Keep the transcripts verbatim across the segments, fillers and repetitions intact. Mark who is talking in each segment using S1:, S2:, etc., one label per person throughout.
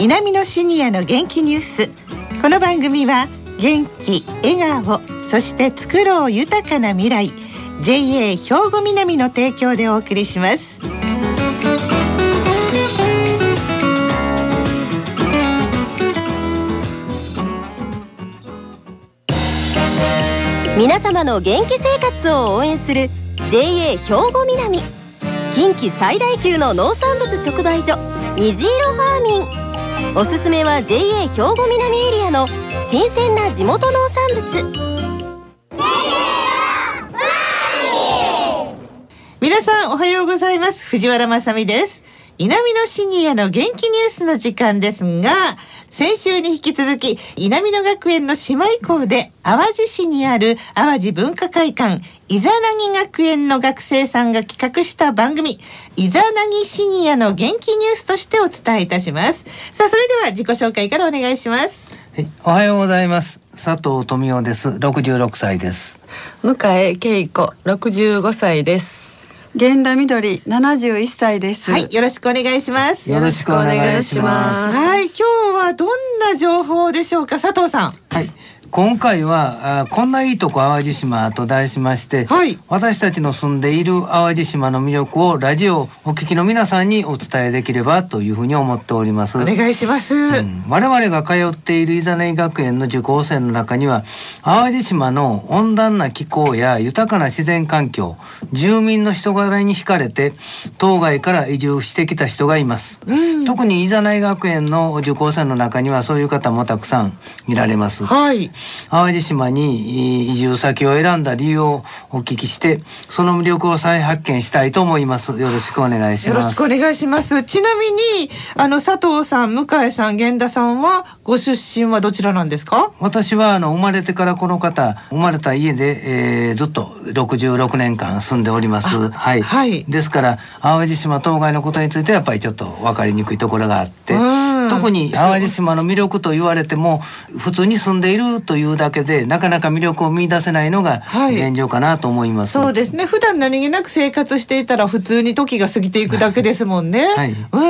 S1: 南のシニアの元気ニュース。この番組は元気、笑顔、そして作ろう豊かな未来 ジェイエー 兵庫南の提供でお送りします。
S2: 皆様の元気生活を応援する ジェイエー 兵庫南、近畿最大級の農産物直売所にじいろファーミン。おすすめは ジェイエー 兵庫南エリアの新鮮な地元農産物。
S1: 皆さんおはようございます。藤原まさみです。南のシニアの元気ニュースの時間ですが、先週に引き続き南野学園の姉妹校で淡路市にある淡路文化会館イザナギ学園の学生さんが企画した番組、イザナギシニアの元気ニュースとしてお伝えいたします。さあ、それでは自己紹介からお願いします。
S3: はい、おはようございます。佐藤富夫です。ろくじゅうろくさいです。
S4: 向井恵子ろくじゅうごさいです。
S5: 源田みどりななじゅういっさいです。
S1: はい、よろしくお願いします。
S3: よろしくお願いします。
S1: はい、今日はどんな情報でしょうか、佐藤さん。
S3: はい、今回はあこんないいとこ淡路島と題しまして、はい、私たちの住んでいる淡路島の魅力をラジオお聞きの皆さんにお伝えできればというふうに思っております。
S1: お願いします。
S3: うん、我々が通っているイザナギ学園の受講生の中には淡路島の温暖な気候や豊かな自然環境、住民の人柄に惹かれて島外から移住してきた人がいます。うん、特にイザナギ学園の受講生の中にはそういう方もたくさん見られます。
S1: はい、
S3: 淡路島に移住先を選んだ理由をお聞きして、その魅力を再発見したいと思います。よろしくお願いします。
S1: よろしくお願いします。ちなみにあの佐藤さん、向井さん、源田さんはご出身はどちらなんですか？
S3: 私はあの生まれてからこの方生まれた家で、えー、ずっとろくじゅうろくねんかん住んでおります。はい、はい、ですから淡路島島外のことについてはやっぱりちょっと分かりにくいところがあって、特に淡路島の魅力と言われても普通に住んでいるというだけでなかなか魅力を見出せないのが現状かなと思います。
S1: はい、そうですね。普段何気なく生活していたら普通に時が過ぎていくだけですもんね。はい、うん。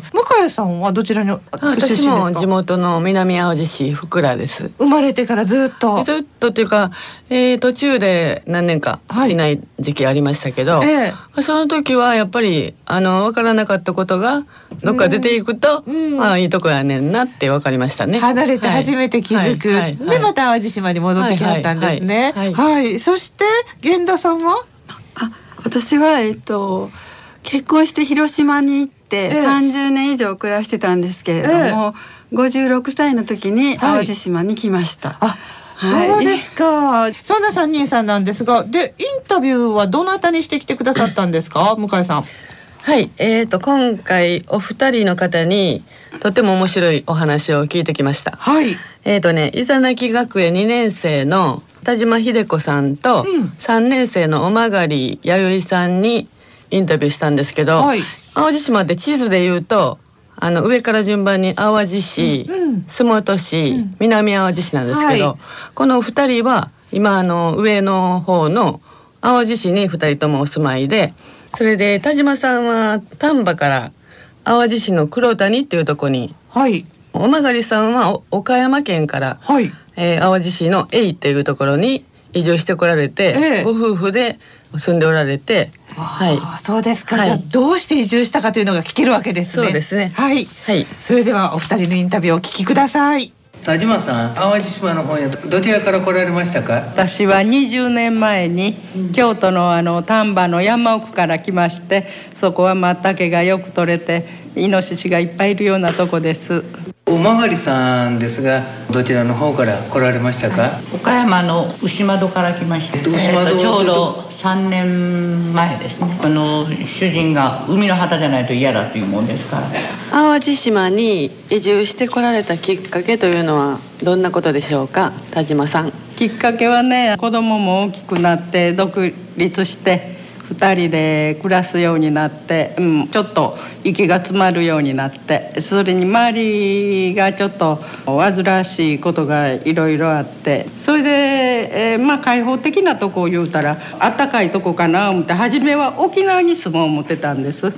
S1: 向井さんはどちらに？
S4: 私も地元の南淡路市福良です。
S1: 生まれてからずっと
S4: ずっとというか、えー、途中で何年かいない時期ありましたけど、はい、えー、その時はやっぱりあの分からなかったことがどっか出ていくと、うん、まあいいとこやねんなって分かりましたね。
S1: 離れて初めて気づく、はいはいはい、でまた淡路島に戻ってきはったんですね。はい、はいはいはい、そして源田さんは？
S5: あ、私はえっと結婚して広島に行ってさんじゅうねん以上暮らしてたんですけれども、えー、ごじゅうろくさいの時に淡路島に来ました。
S1: はい、あ、はい、そうですか。そんなさんにんさんなんですが、でインタビューはどなたにしてきてくださったんですか？向井さん。
S4: はい、えーと今回お二人の方にとても面白いお話を聞いてきました。はい、えーとねイザナギ学園にねんせいの田島秀子さんと、うん、さんねんせいの小曲弥生さんにインタビューしたんですけど、はい、淡路島って地図でいうとあの上から順番に淡路市、うん、洲本市、うん、南淡路市なんですけど、はい、このふたりは今あの上の方の淡路市にふたりともお住まいで、それで田島さんは丹波から淡路市の黒谷っていうところに、はい、小曲さんは岡山県から、はい、えー、淡路市の永っていうところに移住してこられて、ええ、ご夫婦で住んでおられて、
S1: はい、そうですか。はい、じゃあどうして移住したかというのが聞けるわけですね。
S4: そうですね。
S1: はい、はい、それではお二人のインタビューをお聞きください。
S3: 田島さん、淡路島の方へどちらから来られましたか？
S6: 私はにじゅうねんまえに京都のあの丹波の山奥から来まして、そこは松茸がよく取れてイノシシがいっぱいいるようなとこです。
S3: 小曲さんですが、どちらの方から来られましたか？はい、
S7: 岡山の牛窓から来ました。えー、とちょうどさんねんまえですね。あの主人が海の旗じゃないと嫌だというもんですから。
S4: 淡路島に移住してこられたきっかけというのはどんなことでしょうか、田島さん。
S6: きっかけはね、子供も大きくなって独立してふたりで暮らすようになって、うん、ちょっと息が詰まるようになって、それに周りがちょっと煩わしいことがいろいろあって、それで、えー、まあ開放的なとこを言うたらあったかいとこかな思って、初めは沖縄に住もう思ってたんです。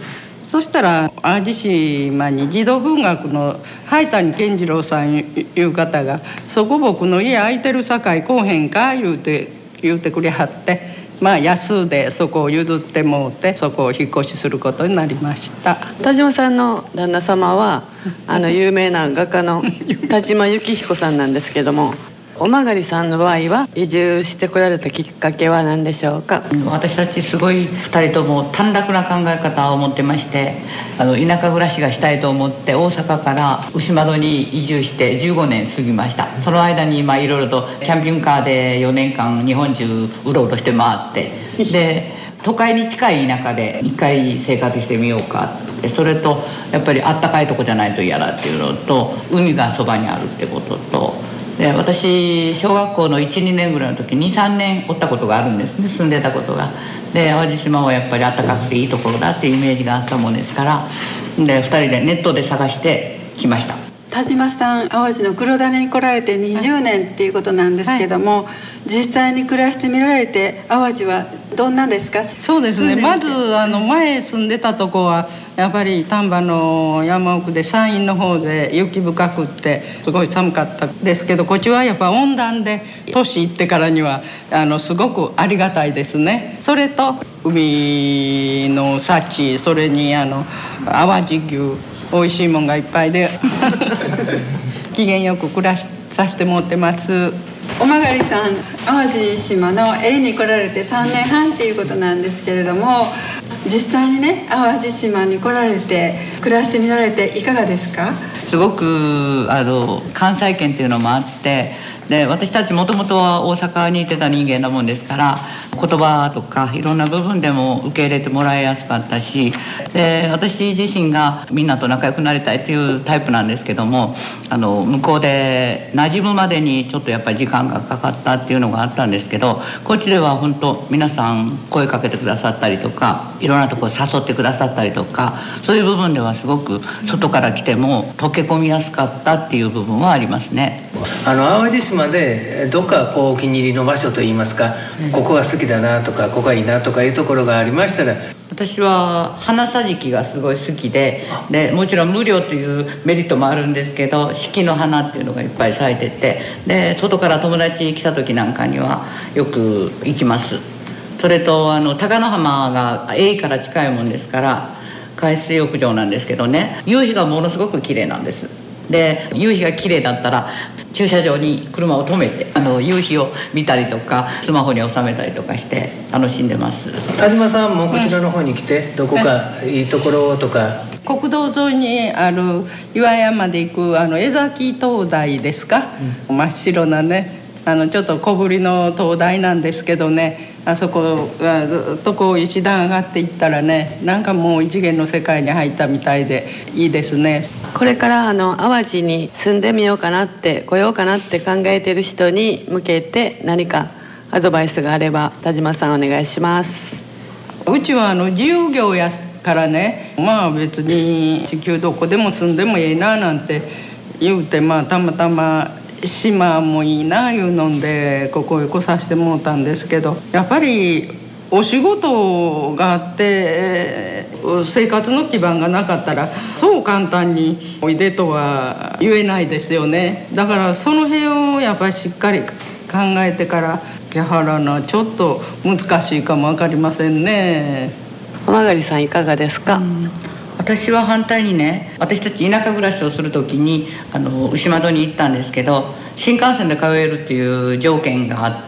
S6: そしたら淡路島に児童文学の灰谷健次郎さんいう方が「そこ僕の家空いてるさかい来おへんか?」言うて言うてくれはって、まあ安でそこを譲ってもうて、そこを引っ越しすることになりました。
S4: 田島さんの旦那様はあの有名な画家の田島幸彦さんなんですけども、おまがりさんの場合は移住してこられたきっかけは何でしょうか？
S7: 私たちすごいふたりとも短絡な考え方を持ってまして、あの田舎暮らしがしたいと思って大阪から牛窓に移住してじゅうごねん過ぎました。その間にまあいろいろとキャンピングカーでよねんかん日本中うろうろして回ってで都会に近い田舎で一回生活してみようかって、それとやっぱりあったかいとこじゃないと嫌だっていうのと、海がそばにあるってことと、で私小学校のいちにねんぐらいの時にさんねんおったことがあるんですね、住んでたことが。で淡路島はやっぱり暖かくていいところだっていうイメージがあったもんですから、でふたりでネットで探してきました。
S5: 田島さん、淡路の黒谷に来られてにじゅうねんっていうことなんですけども、はいはい、実際に暮らしてみられて淡路はどんなですか？
S6: そうですね、まずあの前住んでたとこはやっぱり丹波の山奥で山陰の方で雪深くってすごい寒かったですけど、こっちはやっぱ温暖で都市行ってからにはあのすごくありがたいですね。それと海の幸、それにあの淡路牛、おいしいもんがいっぱいで機嫌よく暮らしさせてもらってます。
S5: おまがりさん、淡路島の絵に来られてさんねんはんっていうことなんですけれども、実際にね淡路島に来られて暮らしてみられていかがですか？
S7: すごくあの関西圏っていうのもあって、で私たちもともとは大阪にいてた人間なもんですから、言葉とかいろんな部分でも受け入れてもらいやすかったし、で私自身がみんなと仲良くなりたいっていうタイプなんですけども、あの向こうで馴染むまでにちょっとやっぱり時間がかかったっていうのがあったんですけど、こっちでは本当皆さん声かけてくださったりとか、いろんなところ誘ってくださったりとか、そういう部分ではすごく外から来ても溶け込みやすかったっていう部分はありますね。
S3: あの淡路島でどっかこうお気に入りの場所といいますか、うん、ここが好きだなとかここがいいなとかいうところがありましたら。
S7: 私は花さじきがすごい好きで、でもちろん無料というメリットもあるんですけど、四季の花っていうのがいっぱい咲いてて、で外から友達来た時なんかにはよく行きます。それとあの高野浜が永井から近いもんですから海水浴場なんですけどね、夕日がものすごく綺麗なんです。で夕日が綺麗だったら駐車場に車を止めてあの夕日を見たりとかスマホに収めたりとかして楽しんでます。
S3: 田島さんもこちらの方に来て、うん、どこかいいところとか、
S6: 国道沿いにある岩山で行くあの江崎灯台ですか、うん、真っ白なね、あのちょっと小ぶりの灯台なんですけどね、あそこがずっとこう一段上がっていったらね、なんかもう異次元の世界に入ったみたいでいいですね。
S4: これからあの淡路に住んでみようかなって来ようかなって考えてる人に向けて何かアドバイスがあれば田島さんお願いします。
S6: うちはあの自由業やからね、まあ別に地球どこでも住んでもええななんて言うて、まあたまたま島もいいないうのでここへ来させてもらったんですけど、やっぱりお仕事があって生活の基盤がなかったらそう簡単においでとは言えないですよね。だからその辺をやっぱりしっかり考えてから来はらな、ちょっと難しいかも分かりませんね。
S4: おまがりさんいかがですか？うん、
S7: 私は反対にね、私たち田舎暮らしをする時にあの牛窓に行ったんですけど、新幹線で通えるっていう条件があって、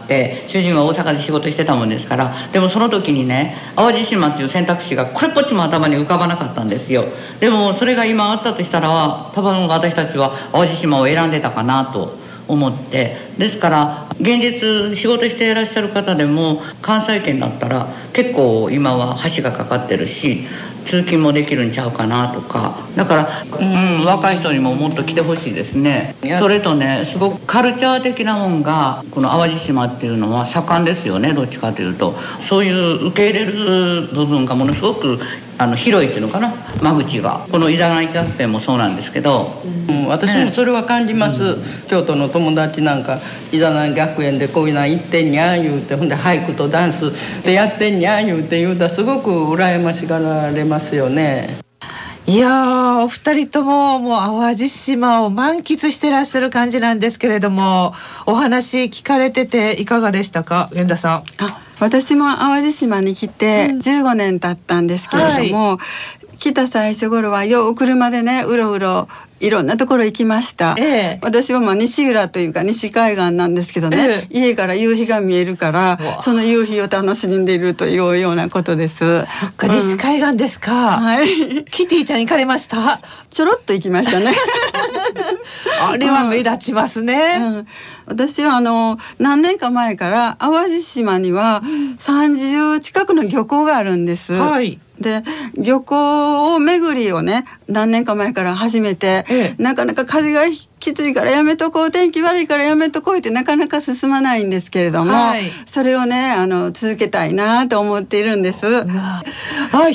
S7: 主人は大阪で仕事してたもんですから、でもその時にね淡路島っていう選択肢がこれっぽっちも頭に浮かばなかったんですよ。でもそれが今あったとしたら多分私たちは淡路島を選んでたかなと思って、ですから現実仕事していらっしゃる方でも関西圏だったら結構今は橋がかかってるし通勤もできるんちゃうかなとか、だから、うん、若い人にももっと来てほしいですね。それとね、すごくカルチャー的なもんがこの淡路島っていうのは盛んですよね。どっちかというとそういう受け入れる部分がものすごくあの広いっていうのかな、間口が。このいざない学園もそうなんですけど、
S6: うん、私もそれは感じます、うん、京都の友達なんかいざない学園でこういうの行ってんにゃ言うて、ほんで俳句とダンスでやってんにゃ言うて言うたらすごく羨ましがられますよね。
S1: いやー、お二人とももう淡路島を満喫してらっしゃる感じなんですけれども、お話聞かれてていかがでしたか、源田さん。
S5: あ、私も淡路島に来てじゅうごねん経ったんですけれども、はい、来た最初頃はよう車でねうろうろいろんなところ行きました、ええ、私はまあ西浦というか西海岸なんですけどね、ええ、家から夕日が見えるからその夕日を楽しんでいるというようなことです。そっ
S1: か、うん、西海岸ですか。はい。キティちゃん行かれました？
S5: ちょろっと行きましたね
S1: あれは目立ちますね、うんうん、
S5: 私はあの何年か前から淡路島にはさんじゅう近くの漁港があるんです、はい。で漁港を巡りをね何年か前から始めて、ええ、なかなか風がきついからやめとこう、天気悪いからやめとこうってなかなか進まないんですけれども、はい、それをねあの続けたいなと思っているんです。
S1: はい、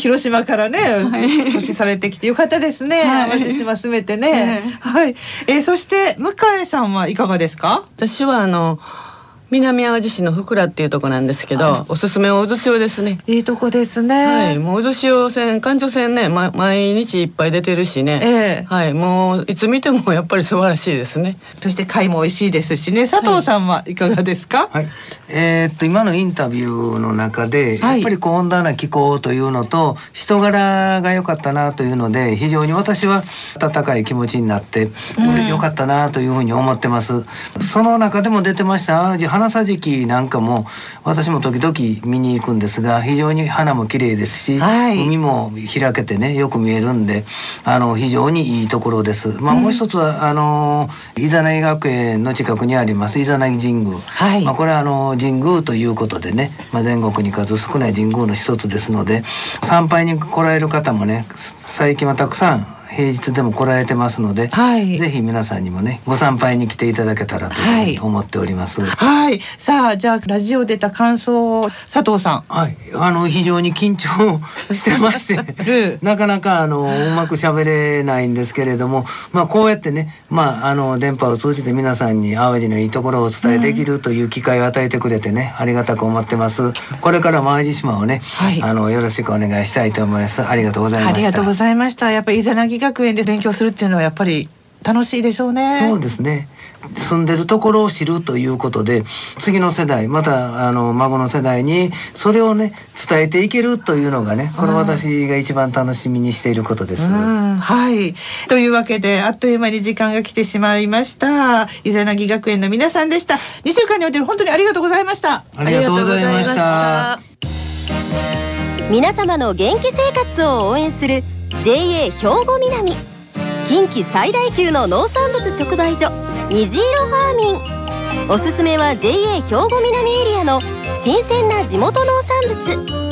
S1: 広島からね越しされてきてよかったですね、はい、淡路島住めてね、えはい。えー、そして向井さんはいかがですか？
S4: 私はあの南淡路市の福良っていうとこなんですけど、おすすめは渦潮ですね。
S1: いいとこですね。
S4: はい、もう渦潮線、環状線ね、ま、毎日いっぱい出てるしね、えー、はい、もういつ見てもやっぱり素晴らしいですね。
S1: そして貝も美味しいですしね。佐藤さんはいかがですか？
S3: はい、えー、っと今のインタビューの中で、はい、やっぱりこう温暖な気候というのと人柄が良かったなというので、非常に私は温かい気持ちになって良、うん、かったなというふうに思ってます。その中でも出てました花さじきなんかも私も時々見に行くんですが、非常に花も綺麗ですし、はい、海も開けてねよく見えるんで、あの非常にいいところです。まあ、もう一つは、うん、あの伊弉木学園の近くにあります伊弉木神宮、はい、まあ、これはあの神宮ということでね、まあ、全国に数少ない神宮の一つですので、参拝に来られる方もね最近はたくさん平日でも来られてますので、はい、ぜひ皆さんにもねご参拝に来ていただけたらというふうに思っております。
S1: はい、はい、さあじゃあラジオ出た感想、佐藤さん。
S3: はい、あの非常に緊張してましてなかなかあのうまく喋れないんですけれども、まあこうやってね、まああの電波を通じて皆さんに淡路のいいところをお伝えできるという機会を与えてくれてね、うん、ありがたく思ってます。これからも淡路島をね、はい、あのよろしくお願いしたいと思います。ありがとうございました。
S1: ありがとうございました。やっぱり伊弉木学園で勉強するっていうのはやっぱり楽しいでしょうね。
S3: そうですね。住んでるところを知るということで、次の世代またあの孫の世代にそれをね伝えていけるというのがね、これ私が一番楽しみにしていることです。うん、
S1: はい。というわけであっという間に時間が来てしまいました。伊弉木学園の皆さんでした。にしゅうかんにおいて本当にありがとうございました。
S3: ありがとうございました。
S2: 皆様の元気生活を応援する ジェイエー 兵庫南、近畿最大級の農産物直売所虹色ファーミン。おすすめは ジェイエー 兵庫南エリアの新鮮な地元農産物。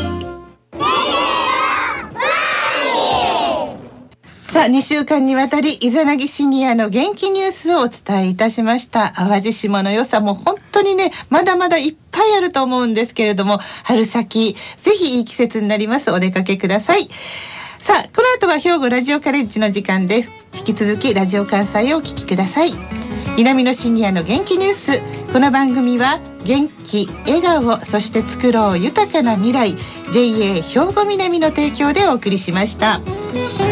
S1: さあにしゅうかんにわたり伊弉木シニアの元気ニュースをお伝えいたしました。淡路島の良さも本当にねまだまだいっぱいあると思うんですけれども、春先ぜひいい季節になります。お出かけください。さあこの後は兵庫ラジオカレッジの時間です。引き続きラジオ関西をお聞きください。南のシニアの元気ニュース。この番組は元気、笑顔、そして作ろう豊かな未来 ジェイエー 兵庫南の提供でお送りしました。